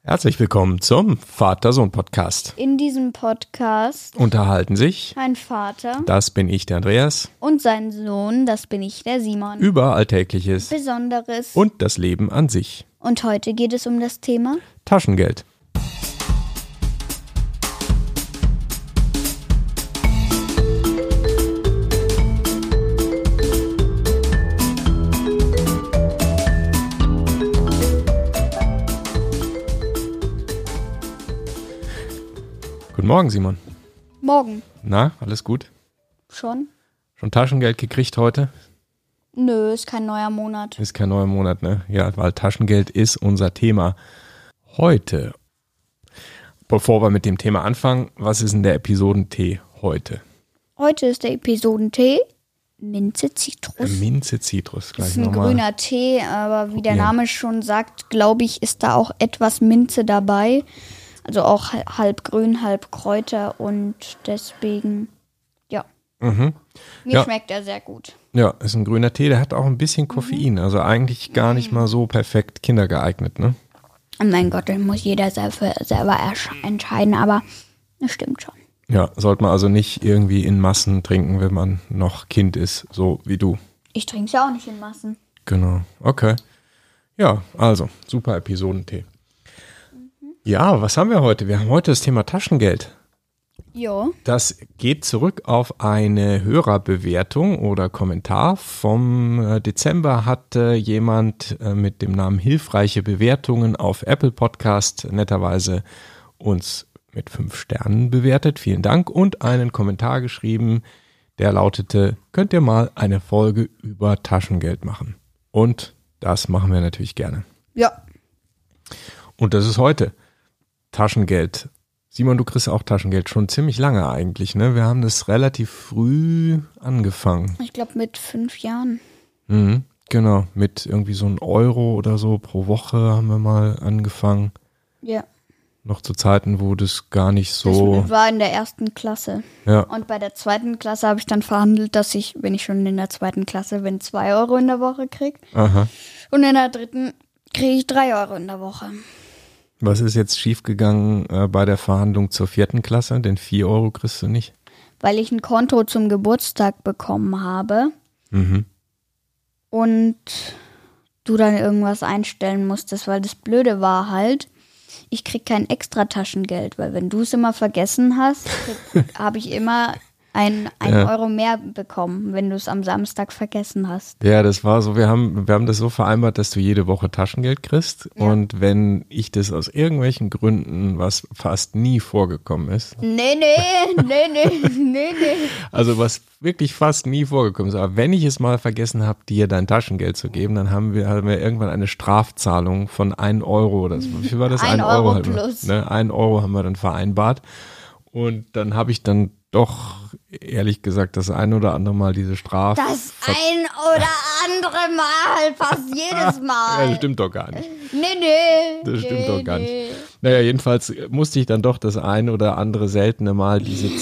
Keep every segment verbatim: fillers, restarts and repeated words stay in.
Herzlich willkommen zum Vater-Sohn-Podcast. In diesem Podcast unterhalten sich mein Vater, das bin ich, der Andreas, und sein Sohn, das bin ich, der Simon, über Alltägliches Besonderes und das Leben an sich. Und heute geht es um das Thema Taschengeld. Guten Morgen, Simon. Morgen. Na, alles gut? Schon? Schon Taschengeld gekriegt heute? Nö, ist kein neuer Monat. Ist kein neuer Monat, ne? Ja, weil Taschengeld ist unser Thema heute. Bevor wir mit dem Thema anfangen, was ist denn der Episodentee heute? Heute ist der Episodentee Minze Zitrus. Minze Zitrus, gleich Das ist ein nochmal. grüner Tee, aber wie der probieren. Name schon sagt, glaube ich, ist da auch etwas Minze dabei. Also auch halb grün, halb Kräuter und deswegen, ja. Mhm. Mir Ja. schmeckt er sehr gut. Ja, ist ein grüner Tee, der hat auch ein bisschen Koffein, also eigentlich gar nicht mal so perfekt kindergeeignet, ne? Und mein Gott, dann muss jeder selber, selber ersch- entscheiden, aber das stimmt schon. Ja, sollte man also nicht irgendwie in Massen trinken, wenn man noch Kind ist, so wie du. Ich trinke es ja auch nicht in Massen. Genau, okay. Ja, also, super Episodentee. Ja, was haben wir heute? Wir haben heute das Thema Taschengeld. Ja. Das geht zurück auf eine Hörerbewertung oder Kommentar. Vom äh, Dezember hat äh, jemand äh, mit dem Namen Hilfreiche Bewertungen auf Apple Podcast netterweise uns mit fünf Sternen bewertet. Vielen Dank. Und einen Kommentar geschrieben, der lautete, könnt ihr mal eine Folge über Taschengeld machen? Und das machen wir natürlich gerne. Ja. Und das ist heute Taschengeld. Simon, du kriegst auch Taschengeld schon ziemlich lange eigentlich, ne? Wir haben das relativ früh angefangen. Ich glaube mit fünf Jahren. Mhm, genau, mit irgendwie so einem Euro oder so pro Woche haben wir mal angefangen. Ja. Noch zu Zeiten, wo das gar nicht so... Das war in der ersten Klasse. Ja, Und bei der zweiten Klasse habe ich dann verhandelt, dass ich, wenn ich schon in der zweiten Klasse bin, zwei Euro in der Woche kriege. aha. Und in der dritten kriege ich drei Euro in der Woche. Was ist jetzt schiefgegangen äh, bei der Verhandlung zur vierten Klasse? Denn vier Euro kriegst du nicht. Weil ich ein Konto zum Geburtstag bekommen habe Mhm. und du dann irgendwas einstellen musstest, weil das Blöde war halt, ich krieg kein extra Taschengeld, weil wenn du es immer vergessen hast, habe ich immer ein, ein Ja. Euro mehr bekommen, wenn du es am Samstag vergessen hast. Ja, das war so, wir haben, wir haben das so vereinbart, dass du jede Woche Taschengeld kriegst. Ja. Und wenn ich das aus irgendwelchen Gründen, was fast nie vorgekommen ist, Nee, nee, nee, nee, nee, nee. also was wirklich fast nie vorgekommen ist, aber wenn ich es mal vergessen habe, dir dein Taschengeld zu geben, dann haben wir, haben wir irgendwann eine Strafzahlung von ein Euro oder so. Wie viel war das? Ein Euro halt, plus. Ne? Ein Euro haben wir dann vereinbart. Und dann habe ich dann doch, ehrlich gesagt, das ein oder andere Mal diese Straf... Das ein oder andere Mal, fast jedes Mal. Ja, das stimmt doch gar nicht. Nee, nee. Das stimmt nee, doch gar nee. nicht. Naja, jedenfalls musste ich dann doch das ein oder andere seltene Mal diese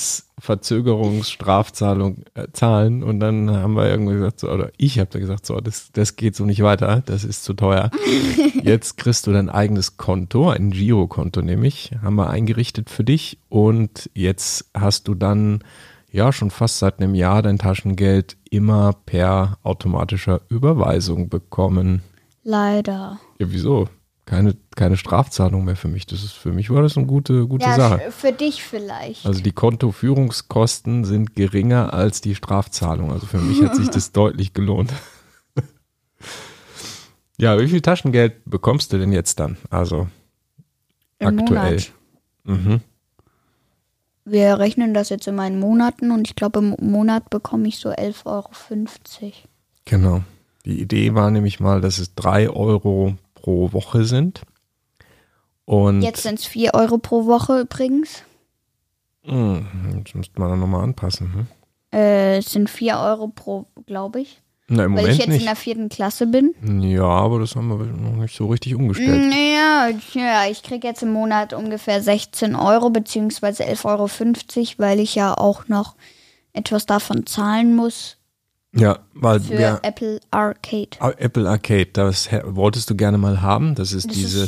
Zinsverzögerungsstrafzahlung äh, zahlen und dann haben wir irgendwie gesagt, so, oder ich habe da gesagt, so, das, das geht so nicht weiter, das ist zu teuer. Jetzt kriegst du dein eigenes Konto, ein Girokonto nämlich, haben wir eingerichtet für dich und jetzt hast du dann ja schon fast seit einem Jahr dein Taschengeld immer per automatischer Überweisung bekommen. Leider. Ja, wieso? Keine, keine Strafzahlung mehr für mich. Das ist, für mich war das eine gute, gute Ja, Sache. sch- für dich vielleicht. Also die Kontoführungskosten sind geringer als die Strafzahlung. Also für mich hat sich das deutlich gelohnt. Ja, wie viel Taschengeld bekommst du denn jetzt dann? Also Im aktuell. Monat. Mhm. Wir rechnen das jetzt immer in Monaten und ich glaube, im Monat bekomme ich so elf Euro fünfzig. Genau. Die Idee war nämlich mal, dass es drei Euro pro Woche sind. Und Jetzt sind es vier Euro pro Woche übrigens. Mh, das müsste man dann nochmal anpassen. Hm? Äh, es sind vier Euro pro, glaube ich. Na, im Weil Moment ich jetzt nicht. in der vierten Klasse bin. Ja, aber das haben wir noch nicht so richtig umgestellt. Naja, ja, ich kriege jetzt im Monat ungefähr sechzehn Euro beziehungsweise elf Euro fünfzig, weil ich ja auch noch etwas davon zahlen muss Ja, weil für wir Apple Arcade. Apple Arcade, das he- wolltest du gerne mal haben. Das ist Das dieses, ist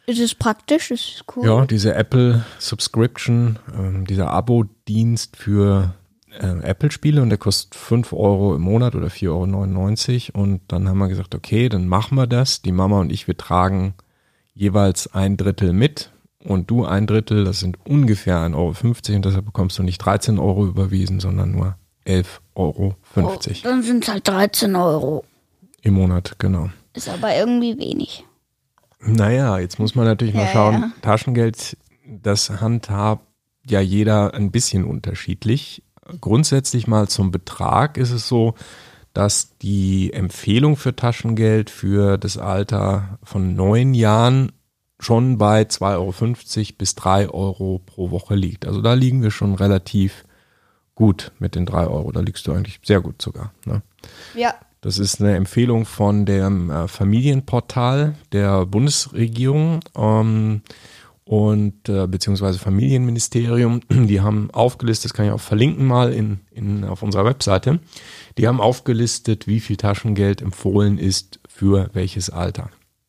Ist es praktisch? Ist es cool? Ja, diese Apple Subscription, ähm, dieser Abo-Dienst für äh, Apple-Spiele und der kostet fünf Euro im Monat oder vier Euro neunundneunzig und dann haben wir gesagt, okay, dann machen wir das. Die Mama und ich, wir tragen jeweils ein Drittel mit und du ein Drittel, das sind ungefähr ein Euro fünfzig und deshalb bekommst du nicht dreizehn Euro überwiesen, sondern nur elf Euro fünfzig. Oh, dann sind es halt dreizehn Euro. Im Monat, genau. Ist aber irgendwie wenig. Naja, jetzt muss man natürlich mal Ja, schauen, ja. Taschengeld, das handhabt ja jeder ein bisschen unterschiedlich. Grundsätzlich mal zum Betrag ist es so, dass die Empfehlung für Taschengeld für das Alter von neun Jahren schon bei zwei Euro fünfzig bis drei Euro pro Woche liegt. Also da liegen wir schon relativ gut mit den drei Euro. Da liegst du eigentlich sehr gut sogar. Ne? Ja. Das ist eine Empfehlung von dem äh, Familienportal der Bundesregierung ähm, und äh, beziehungsweise Familienministerium. Die haben aufgelistet, das kann ich auch verlinken mal in, in, auf unserer Webseite. Die haben aufgelistet, wie viel Taschengeld empfohlen ist für welches Alter.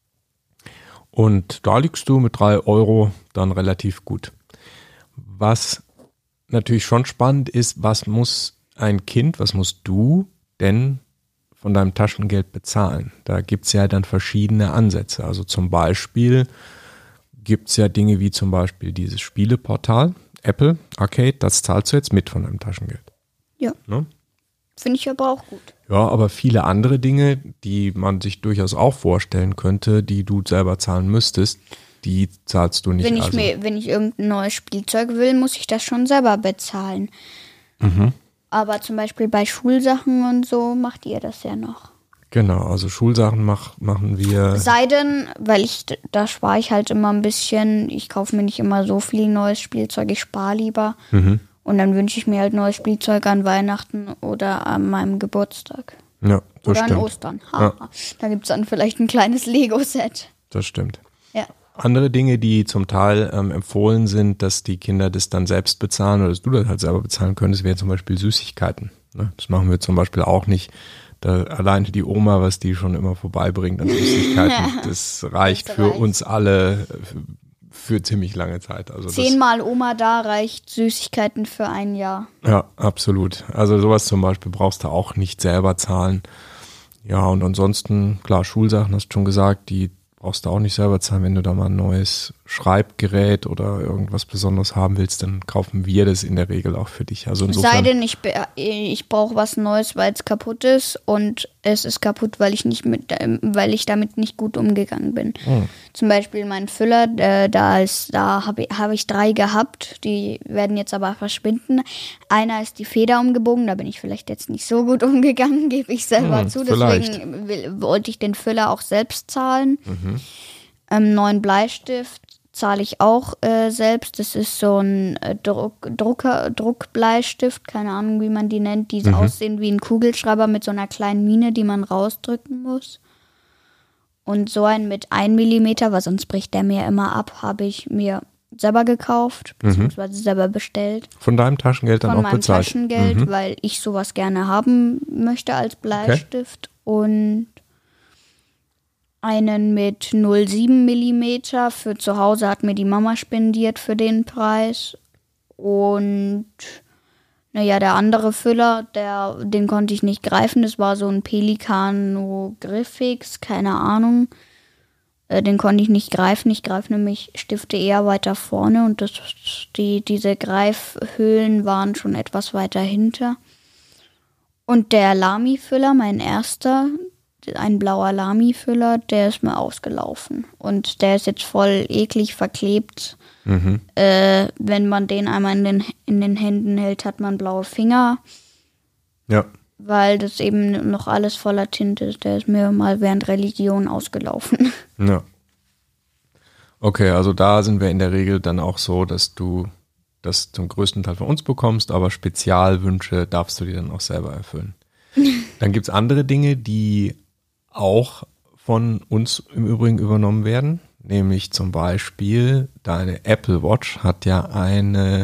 Und da liegst du mit drei Euro dann relativ gut. Was natürlich schon spannend ist, was muss ein Kind, was musst du denn von deinem Taschengeld bezahlen? Da gibt es ja dann verschiedene Ansätze. Also zum Beispiel gibt es ja Dinge wie zum Beispiel dieses Spieleportal, Apple Arcade, das zahlst du jetzt mit von deinem Taschengeld. Ja. Ne? Finde ich aber auch gut. Ja, aber viele andere Dinge, die man sich durchaus auch vorstellen könnte, die du selber zahlen müsstest, die zahlst du nicht. Wenn ich, also. mir, wenn ich irgendein neues Spielzeug will, muss ich das schon selber bezahlen. Mhm. Aber zum Beispiel bei Schulsachen und so macht ihr das ja noch. Genau, also Schulsachen mach, machen wir. Sei denn, weil ich, da spare ich halt immer ein bisschen, ich kaufe mir nicht immer so viel neues Spielzeug, ich spare lieber. Mhm. Und dann wünsche ich mir halt neues Spielzeug an Weihnachten oder an meinem Geburtstag. Ja, das oder stimmt. an Ostern. Ha, Ja. Da gibt es dann vielleicht ein kleines Lego-Set. Das stimmt. Ja. Andere Dinge, die zum Teil ähm, empfohlen sind, dass die Kinder das dann selbst bezahlen oder dass du das halt selber bezahlen könntest, wären zum Beispiel Süßigkeiten. Ne? Das machen wir zum Beispiel auch nicht. Da alleine die Oma, was die schon immer vorbeibringt an Süßigkeiten, das reicht Das für reicht. uns alle für ziemlich lange Zeit. Also das, Zehnmal Oma da reicht Süßigkeiten für ein Jahr. ja, absolut. Also sowas zum Beispiel brauchst du auch nicht selber zahlen. Ja, und ansonsten, klar, Schulsachen hast du schon gesagt, die brauchst du auch nicht selber zahlen. Wenn du da mal ein neues Schreibgerät oder irgendwas Besonderes haben willst, dann kaufen wir das in der Regel auch für dich. Also insofern, Sei denn, ich, be- ich brauche was Neues, weil es kaputt ist und es ist kaputt, weil ich nicht mit, ähm, weil ich damit nicht gut umgegangen bin. Hm. Zum Beispiel mein Füller, äh, da ist, da habe ich, hab ich drei gehabt, die werden jetzt aber verschwinden. Einer ist die Feder umgebogen, da bin ich vielleicht jetzt nicht so gut umgegangen, gebe ich selber Hm, zu. vielleicht. Deswegen will, wollte ich den Füller auch selbst zahlen. Mhm. Ähm, neuen Bleistift zahle ich auch äh, selbst. Das ist so ein äh, Druck, Drucker, Druckbleistift, keine Ahnung, wie man die nennt, die so Mhm. aussehen wie ein Kugelschreiber mit so einer kleinen Mine, die man rausdrücken muss. Und so einen mit ein Millimeter, weil sonst bricht der mir immer ab, habe ich mir selber gekauft, beziehungsweise selber bestellt. Von deinem Taschengeld dann Von auch meinem bezahlt. Taschengeld, Mhm. weil ich sowas gerne haben möchte als Bleistift. Und einen mit null Komma sieben Millimeter für zu Hause hat mir die Mama spendiert für den Preis. Und naja, der andere Füller, der, den konnte ich nicht greifen. Das war so ein Pelicano Griffix, keine Ahnung. Äh, den konnte ich nicht greifen. Ich greife nämlich Stifte eher weiter vorne und das, die, diese Greifhöhlen waren schon etwas weiter hinter. Und der Lamy-Füller, mein erster, ein blauer Lamy-Füller, der ist mir ausgelaufen. Und der ist jetzt voll eklig verklebt. Mhm. Äh, wenn man den einmal in den, in den Händen hält, hat man blaue Finger, Ja. weil das eben noch alles voller Tinte ist. Der ist mir mal während Religion ausgelaufen. Ja. Okay, also da sind wir in der Regel dann auch so, dass du das zum größten Teil von uns bekommst, aber Spezialwünsche darfst du dir dann auch selber erfüllen. Dann gibt es andere Dinge, die auch von uns im Übrigen übernommen werden, nämlich zum Beispiel deine Apple Watch hat ja eine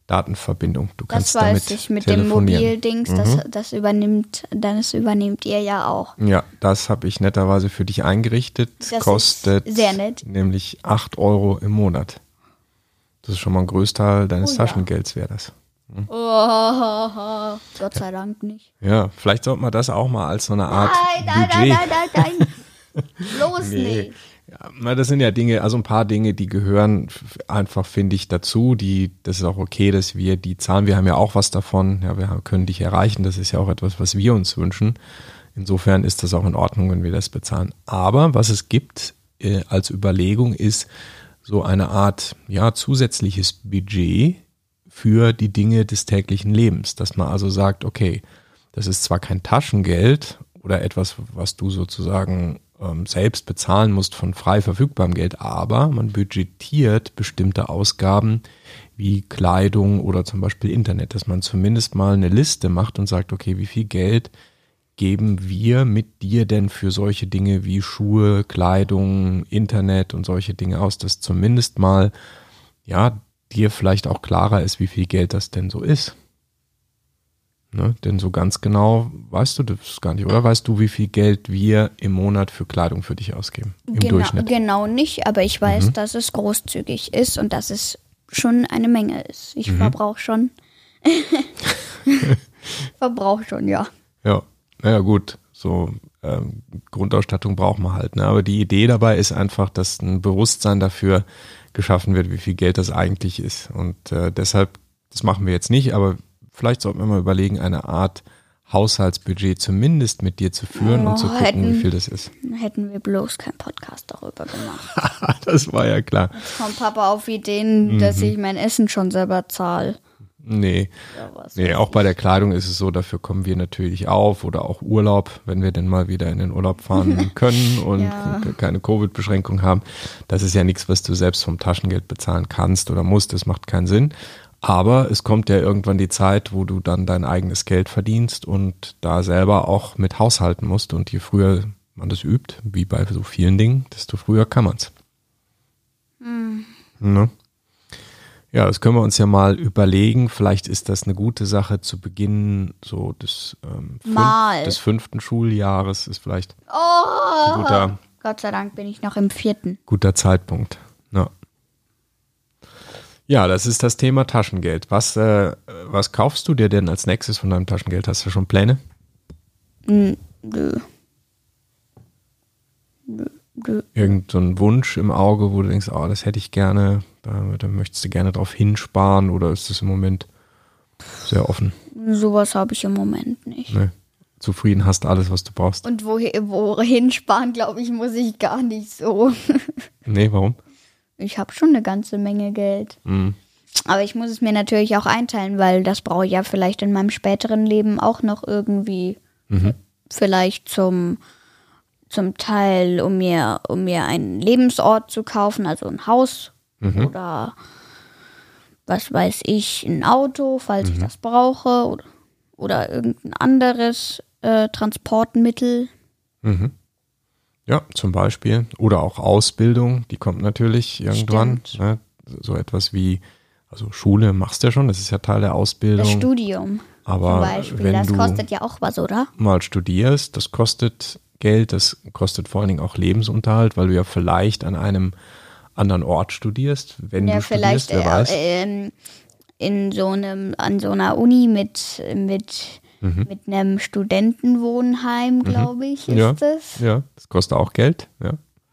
Datenverbindung. Du kannst das weiß damit ich mit telefonieren. dem Mobildings, mhm. das, das übernimmt, das übernehmt ihr ja auch. Ja, das habe ich netterweise für dich eingerichtet. Das kostet ist sehr nett. nämlich acht Euro im Monat. Das ist schon mal ein Großteil deines Oh, Taschengelds, wäre das. Hm? Oh, Gott sei Dank nicht. Ja, vielleicht sollte man das auch mal als so eine Art nein, nein, Budget. Nein, nein, nein, nein, bloß nee. nicht. Ja, das sind ja Dinge, also ein paar Dinge, die gehören einfach, finde ich, dazu. Die, das ist auch okay, dass wir die zahlen. Wir haben ja auch was davon. Ja, wir können dich erreichen. Das ist ja auch etwas, was wir uns wünschen. Insofern ist das auch in Ordnung, wenn wir das bezahlen. Aber was es gibt äh, als Überlegung ist so eine Art, ja, zusätzliches Budget für die Dinge des täglichen Lebens. Dass man also sagt, okay, das ist zwar kein Taschengeld oder etwas, was du sozusagen selbst bezahlen musst von frei verfügbarem Geld, aber man budgetiert bestimmte Ausgaben wie Kleidung oder zum Beispiel Internet, dass man zumindest mal eine Liste macht und sagt, okay, wie viel Geld geben wir mit dir denn für solche Dinge wie Schuhe, Kleidung, Internet und solche Dinge aus, dass zumindest mal, ja, dir vielleicht auch klarer ist, wie viel Geld das denn so ist. Ne, denn so ganz genau weißt du das gar nicht, oder? Weißt du, wie viel Geld wir im Monat für Kleidung für dich ausgeben? Im genau, Durchschnitt? Genau nicht, aber ich weiß, mhm. dass es großzügig ist und dass es schon eine Menge ist. Ich mhm. verbrauche schon. verbrauche schon, ja. Ja, naja gut, so ähm, Grundausstattung braucht man halt. Ne? Aber die Idee dabei ist einfach, dass ein Bewusstsein dafür geschaffen wird, wie viel Geld das eigentlich ist. Und äh, deshalb, das machen wir jetzt nicht, aber vielleicht sollten wir mal überlegen, eine Art Haushaltsbudget zumindest mit dir zu führen oh, und zu gucken, hätten, wie viel das ist. Hätten wir bloß keinen Podcast darüber gemacht. Das war ja klar. Jetzt kommt Papa auf Ideen, mhm. dass ich mein Essen schon selber zahle. Nee, nee auch bei der Kleidung ist es so, dafür kommen wir natürlich auf oder auch Urlaub, wenn wir denn mal wieder in den Urlaub fahren können und ja. keine Covid-Beschränkung haben. Das ist ja nichts, was du selbst vom Taschengeld bezahlen kannst oder musst, das macht keinen Sinn. Aber es kommt ja irgendwann die Zeit, wo du dann dein eigenes Geld verdienst und da selber auch mit haushalten musst. Und je früher man das übt, wie bei so vielen Dingen, desto früher kann man es. Mhm. Ne? Ja, das können wir uns ja mal überlegen. Vielleicht ist das eine gute Sache zu Beginn so des, ähm, fünf, des fünften Schuljahres. Ist vielleicht oh, ein guter, Gott sei Dank bin ich noch im vierten. Guter Zeitpunkt. Ja. Ja, das ist das Thema Taschengeld. Was, äh, was kaufst du dir denn als nächstes von deinem Taschengeld? Hast du schon Pläne? Nö. Nö. Nö. Irgend so ein Wunsch im Auge, wo du denkst, oh, das hätte ich gerne, da, da möchtest du gerne drauf hinsparen oder ist das im Moment sehr offen? Sowas habe ich im Moment nicht. Nee. Zufrieden hast alles, was du brauchst. Und wohin, wohin sparen, glaube ich, muss ich gar nicht so. Nee, warum? Ich habe schon eine ganze Menge Geld. Mhm. Aber ich muss es mir natürlich auch einteilen, weil das brauche ich ja vielleicht in meinem späteren Leben auch noch irgendwie mhm. vielleicht zum, zum Teil, um mir, um mir einen Lebensort zu kaufen, also ein Haus mhm. oder was weiß ich, ein Auto, falls mhm. ich das brauche oder, oder irgendein anderes äh, Transportmittel. Mhm. Ja, zum Beispiel. Oder auch Ausbildung, die kommt natürlich irgendwann. Ne? So etwas wie, also Schule machst du ja schon, das ist ja Teil der Ausbildung. Das Studium Aber zum Beispiel, wenn das du kostet ja auch was, oder? Mal studierst, das kostet Geld, das kostet vor allen Dingen auch Lebensunterhalt, weil du ja vielleicht an einem anderen Ort studierst, wenn ja, du studierst, wer äh, weiß. Äh, in so einem, an so einer Uni mit, mit Mhm. Mit einem Studentenwohnheim, glaube ich, ist ja, das. Ja, das kostet auch Geld, ja.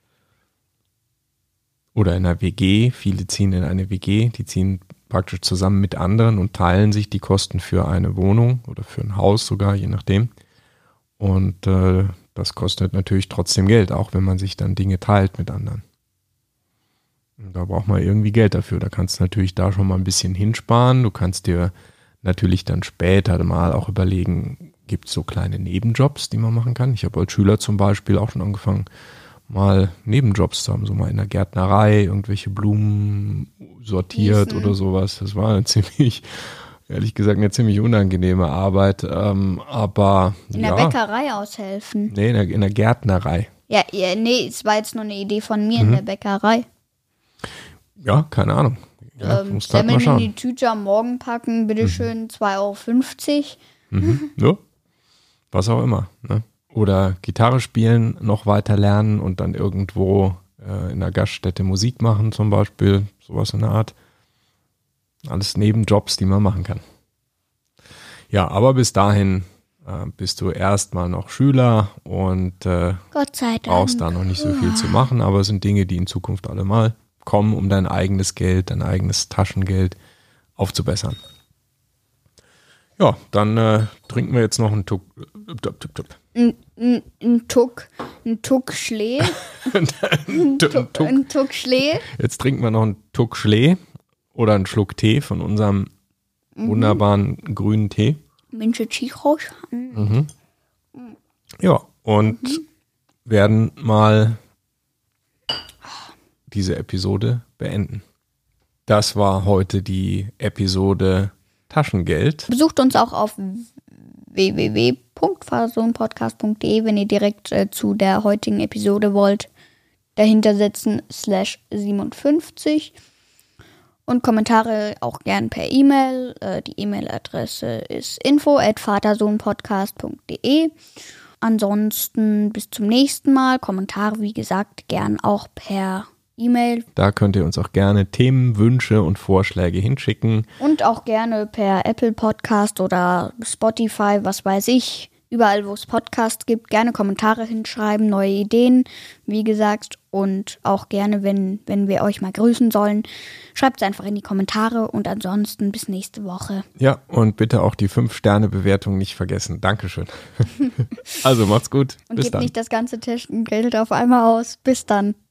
Oder in einer W G, viele ziehen in eine W G, die ziehen praktisch zusammen mit anderen und teilen sich die Kosten für eine Wohnung oder für ein Haus sogar, je nachdem. Und äh, das kostet natürlich trotzdem Geld, auch wenn man sich dann Dinge teilt mit anderen. Und da braucht man irgendwie Geld dafür. Da kannst du natürlich da schon mal ein bisschen hinsparen. Du kannst dir natürlich dann später mal auch überlegen, gibt es so kleine Nebenjobs, die man machen kann. Ich habe als Schüler zum Beispiel auch schon angefangen, mal Nebenjobs zu haben, so mal in der Gärtnerei, irgendwelche Blumen sortiert Gießen. Oder sowas. Das war eine ziemlich, ehrlich gesagt, eine ziemlich unangenehme Arbeit. Ähm, aber in ja. der Bäckerei aushelfen. Nee, in der, in der Gärtnerei. Ja, ja, nee, es war jetzt nur eine Idee von mir mhm. in der Bäckerei. Ja, keine Ahnung. Ja, ähm, musst halt mal Semmeln in schauen. die Tüte am Morgen packen, bitteschön, mhm. zwei Euro fünfzig. Mhm. Ja, was auch immer. Ne? Oder Gitarre spielen, noch weiter lernen und dann irgendwo äh, in einer Gaststätte Musik machen zum Beispiel, sowas in der Art. Alles Nebenjobs, die man machen kann. Ja, aber bis dahin äh, bist du erstmal noch Schüler und äh, Gott sei Dank. brauchst da noch nicht so viel zu machen, aber es sind Dinge, die in Zukunft alle mal kommen, um dein eigenes Geld, dein eigenes Taschengeld aufzubessern. Ja, dann äh, trinken wir jetzt noch einen Tuck. Tuck, tuck, tuck. Ein, ein, ein Tuck, ein Tuck Schlee. ein, Tuck, ein Tuck Schlee. Jetzt trinken wir noch einen Tuck Schlee oder einen Schluck Tee von unserem mhm. wunderbaren grünen Tee. Minche Chichos. Mhm. Ja, und mhm. werden mal diese Episode beenden. Das war heute die Episode Taschengeld. Besucht uns auch auf w w w punkt vatersohnpodcast punkt de, wenn ihr direkt äh, zu der heutigen Episode wollt. Dahinter setzen slash siebenundfünfzig. Und Kommentare auch gern per E-Mail. Äh, die E-Mail-Adresse ist info at vatersohnpodcast punkt de. Ansonsten bis zum nächsten Mal. Kommentare, wie gesagt, gern auch per E-Mail. Da könnt ihr uns auch gerne Themen, Wünsche und Vorschläge hinschicken. Und auch gerne per Apple Podcast oder Spotify, was weiß ich. Überall, wo es Podcasts gibt, gerne Kommentare hinschreiben, neue Ideen, wie gesagt. Und auch gerne, wenn, wenn wir euch mal grüßen sollen, schreibt es einfach in die Kommentare. Und ansonsten bis nächste Woche. Ja, und bitte auch die fünf Sterne Bewertung nicht vergessen. Dankeschön. Also macht's gut. Und bis gebt dann. nicht das ganze Taschengeld auf einmal aus. Bis dann.